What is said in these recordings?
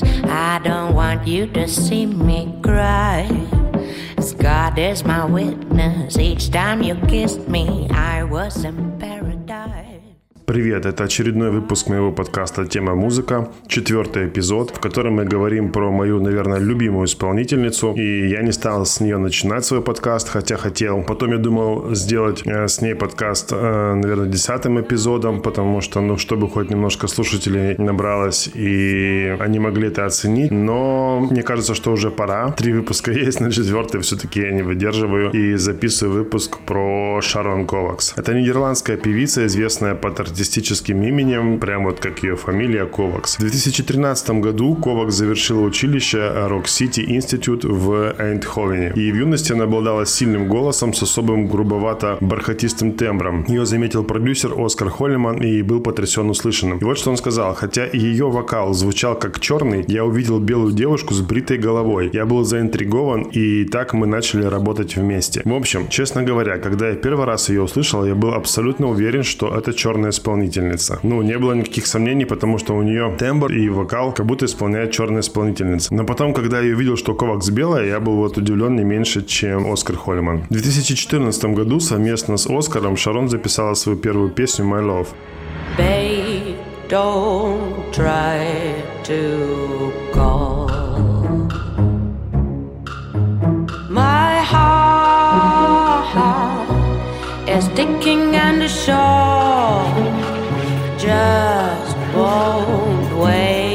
'cause I don't want you to see me cry. God is my witness, each time you kissed me, I was in paradise. Привет, это очередной выпуск моего подкаста «Тема музыка», 4-й эпизод, в котором мы говорим про мою, наверное, любимую исполнительницу. И я не стал с нее начинать свой подкаст, хотя хотел. Потом я думал сделать с ней подкаст, наверное, 10-м эпизодом, потому что, чтобы хоть немножко слушателей набралось, и они могли это оценить. Но мне кажется, что уже пора. 3 выпуска есть, на 4-й все-таки я не выдерживаю и записываю выпуск про Шарон Ковакс. Это нидерландская певица, известная под артистическим именем, прямо вот как ее фамилия, Ковакс. В 2013 году Ковакс завершила училище Rock City Institute в Эйндховене. И в юности она обладала сильным голосом с особым грубовато-бархатистым тембром. Ее заметил продюсер Оскар Холлиман и был потрясен услышанным. И вот что он сказал: хотя ее вокал звучал как черный, я увидел белую девушку с бритой головой. Я был заинтригован, и так мы начали работать вместе. В общем, честно говоря, когда я первый раз ее услышал, я был абсолютно уверен, что это черная исполнительница. Не было никаких сомнений, потому что у нее тембр и вокал как будто исполняет черная исполнительница. Но потом, когда я увидел, что Ковакс белая, я был удивлен не меньше, чем Оскар Холлиман. В 2014 году совместно с Оскаром Шарон записала свою первую песню «My Love». Babe, don't try to call. My heart is ticking and sure just won't wait.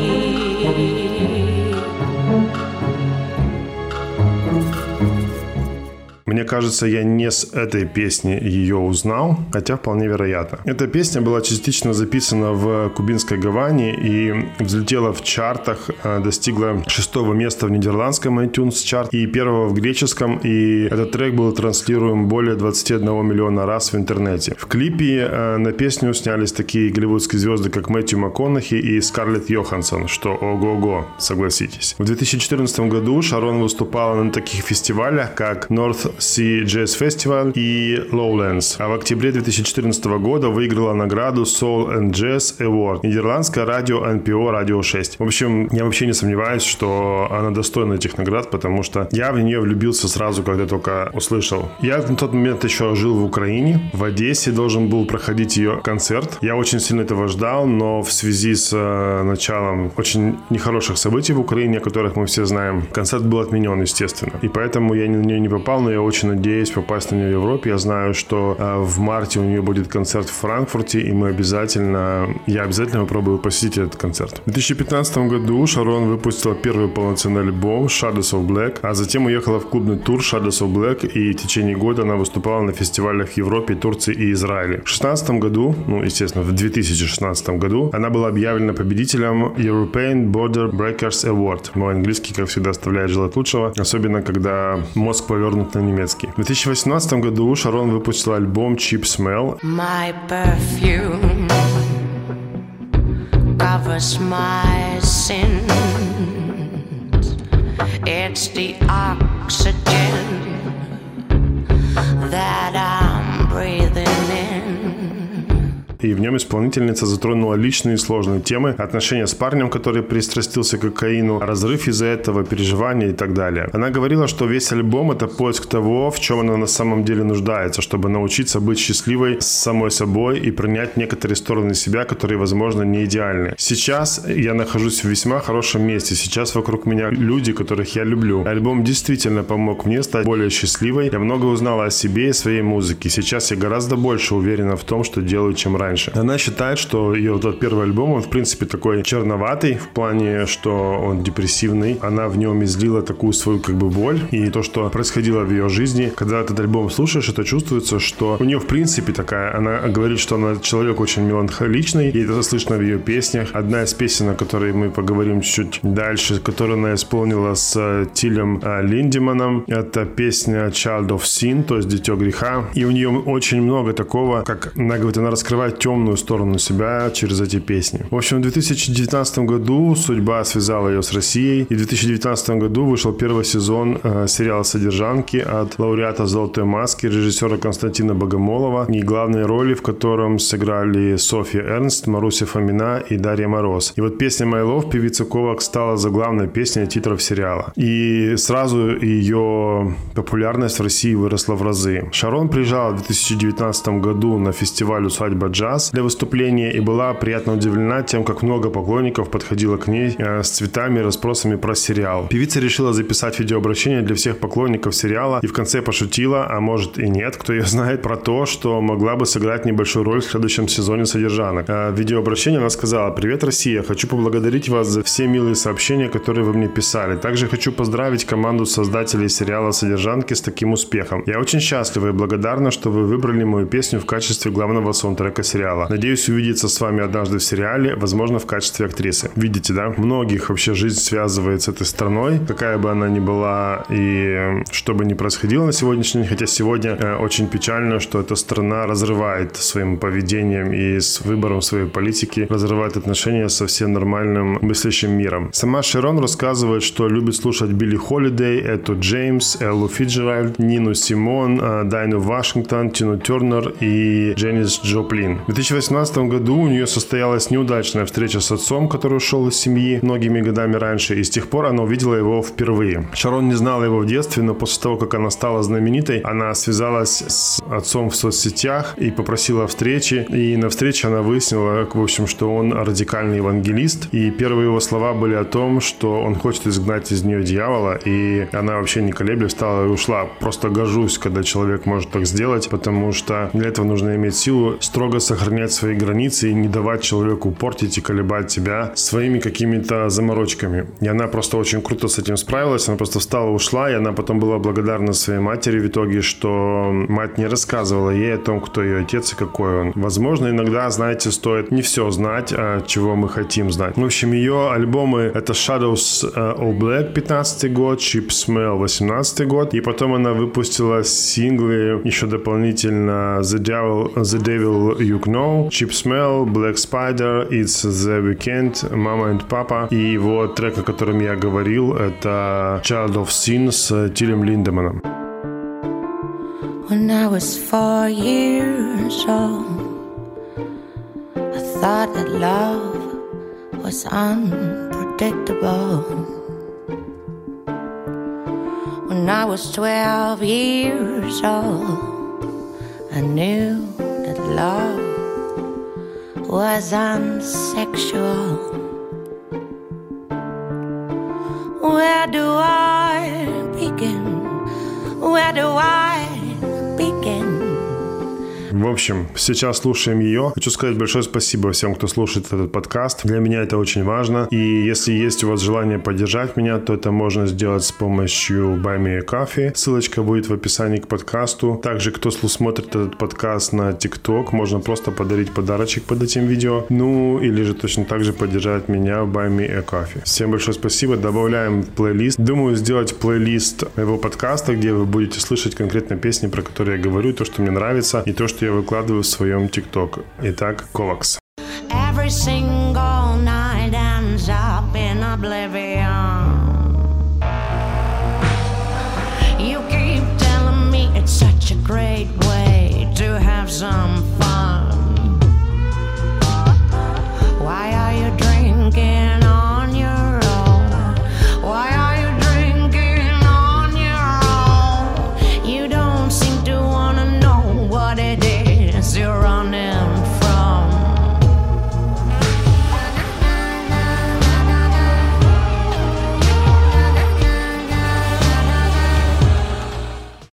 Мне кажется, я не с этой песни ее узнал, хотя вполне вероятно. Эта песня была частично записана в кубинской Гаване и взлетела в чартах, достигла 6-го места в нидерландском iTunes чарт и 1-го в греческом, и этот трек был транслируем более 21 миллиона раз в интернете. В клипе на песню снялись такие голливудские звезды, как Мэтью МакКонахи и Скарлетт Йоханссон, что ого-го, согласитесь. В 2014 году Шарон выступала на таких фестивалях, как North Sea Jazz Festival и Lowlands. А в октябре 2014 года выиграла награду Soul and Jazz Award. Нидерландское радио NPO Radio 6. В общем, я вообще не сомневаюсь, что она достойна этих наград, потому что я в нее влюбился сразу, когда только услышал. Я на тот момент еще жил в Украине. В Одессе должен был проходить ее концерт. Я очень сильно этого ждал, но в связи с началом очень нехороших событий в Украине, о которых мы все знаем, концерт был отменен, естественно. И поэтому я на нее не попал, но я очень надеюсь попасть на нее в Европе. Я знаю, что в марте у нее будет концерт в Франкфурте, и я обязательно попробую посетить этот концерт. В 2015 году Шарон выпустила первый полноценный альбом Shadows of Black, а затем уехала в клубный тур Shadows of Black, и в течение года она выступала на фестивалях в Европе, Турции и Израиле. В 2016 году, естественно, в 2016 году она была объявлена победителем European Border Breakers Award. Мой английский, как всегда, оставляет желать лучшего, особенно когда мозг повернут на немецкий. В 2018 году Шарон выпустила альбом Cheap Smell. My perfume covers my sins. It's the oxygen that I'm breathing in. И в нем исполнительница затронула личные и сложные темы, отношения с парнем, который пристрастился к кокаину, разрыв из-за этого, переживания и так далее. Она говорила, что весь альбом — это поиск того, в чем она на самом деле нуждается, чтобы научиться быть счастливой с самой собой и принять некоторые стороны себя, которые, возможно, не идеальны. Сейчас я нахожусь в весьма хорошем месте. Сейчас вокруг меня люди, которых я люблю. Альбом действительно помог мне стать более счастливой. Я много узнала о себе и своей музыке. Сейчас я гораздо больше уверена в том, что делаю, чем раньше. Она считает, что ее тот первый альбом, он в принципе такой черноватый, в плане, что он депрессивный. Она в нем излила такую свою боль и то, что происходило в ее жизни. Когда этот альбом слушаешь, это чувствуется, что у нее в принципе такая, она говорит, что она человек очень меланхоличный, и это слышно в ее песнях. Одна из песен, о которой мы поговорим чуть дальше, которую она исполнила с Тилем Линдеманом, это песня Child of Sin, то есть Дитё греха. И у нее очень много такого, как она говорит, она раскрывает темную темную сторону себя через эти песни. В общем, в 2019 году судьба связала ее с Россией, и в 2019 году вышел первый сезон сериала «Содержанки» от лауреата «Золотой маски» режиссера Константина Богомолова, и главные роли в котором сыграли Софья Эрнст, Маруся Фомина и Дарья Мороз. И вот песня «My Love» певицы Ковакс стала заглавной песней титров сериала. И сразу ее популярность в России выросла в разы. Шарон приезжала в 2019 году на фестиваль «Усадьба Джаз» для выступления и была приятно удивлена тем, как много поклонников подходило к ней с цветами и расспросами про сериал. Певица решила записать видеообращение для всех поклонников сериала и в конце пошутила, а может и нет, кто ее знает, про то, что могла бы сыграть небольшую роль в следующем сезоне «Содержанок». В видеообращении она сказала: «Привет, Россия! Хочу поблагодарить вас за все милые сообщения, которые вы мне писали. Также хочу поздравить команду создателей сериала «Содержанки» с таким успехом. Я очень счастлива и благодарна, что вы выбрали мою песню в качестве главного саундтрека сериала. Надеюсь увидеться с вами однажды в сериале, возможно, в качестве актрисы». Видите, да? Многих вообще жизнь связывает с этой страной, какая бы она ни была и что бы ни происходило на сегодняшний день. Хотя сегодня очень печально, что эта страна разрывает своим поведением и с выбором своей политики, разрывает отношения со всем нормальным мыслящим миром. Сама Шарон рассказывает, что любит слушать Билли Холидей, Эту Джеймс, Эллу Фиджеральд, Нину Симон, Дайну Вашингтон, Тину Тернер и Дженнис Джоплин. В 2018 году у нее состоялась неудачная встреча с отцом, который ушел из семьи многими годами раньше, и с тех пор она увидела его впервые. Шарон не знала его в детстве, но после того, как она стала знаменитой, она связалась с отцом в соцсетях и попросила встречи, и на встрече она выяснила, в общем, что он радикальный евангелист, и первые его слова были о том, что он хочет изгнать из нее дьявола, и она вообще не колеблясь встала и ушла. Просто горжусь, когда человек может так сделать, потому что для этого нужно иметь силу строго сохранять свои границы и не давать человеку портить и колебать тебя своими какими-то заморочками. И она просто очень круто с этим справилась, она просто встала и ушла, и она потом была благодарна своей матери в итоге, что мать не рассказывала ей о том, кто ее отец и какой он. Возможно, иногда, знаете, стоит не все знать, чего мы хотим знать. В общем, ее альбомы — это Shadows of Black 15 год, Cheap Smell 18 год, и потом она выпустила синглы еще дополнительно The Devil You Know, Cheap Smell, Black Spider, It's the Weekend, Mama and Papa, и его трек, о котором я говорил, это Child of Sin с Тилем Линдеманом. When I was 4 years old, I thought that love was unpredictable. When I was 12 years old, I knew that love was unsexual. Where do I begin? Where do I begin? В общем, сейчас слушаем ее. Хочу сказать большое спасибо всем, кто слушает этот подкаст. Для меня это очень важно. И если есть у вас желание поддержать меня, то это можно сделать с помощью Buy Me a Coffee. Ссылочка будет в описании к подкасту. Также, кто смотрит этот подкаст на TikTok, можно просто подарить подарочек под этим видео. Ну, или же точно так же поддержать меня в Buy Me a Coffee. Всем большое спасибо. Добавляем в плейлист. Думаю сделать плейлист моего подкаста, где вы будете слышать конкретно песни, про которые я говорю, то, что мне нравится, и то, что я выкладываю в своем TikTok. Итак, Ковакс. Every single night ends up in oblivion. You keep telling me it's such a great way to have some fun.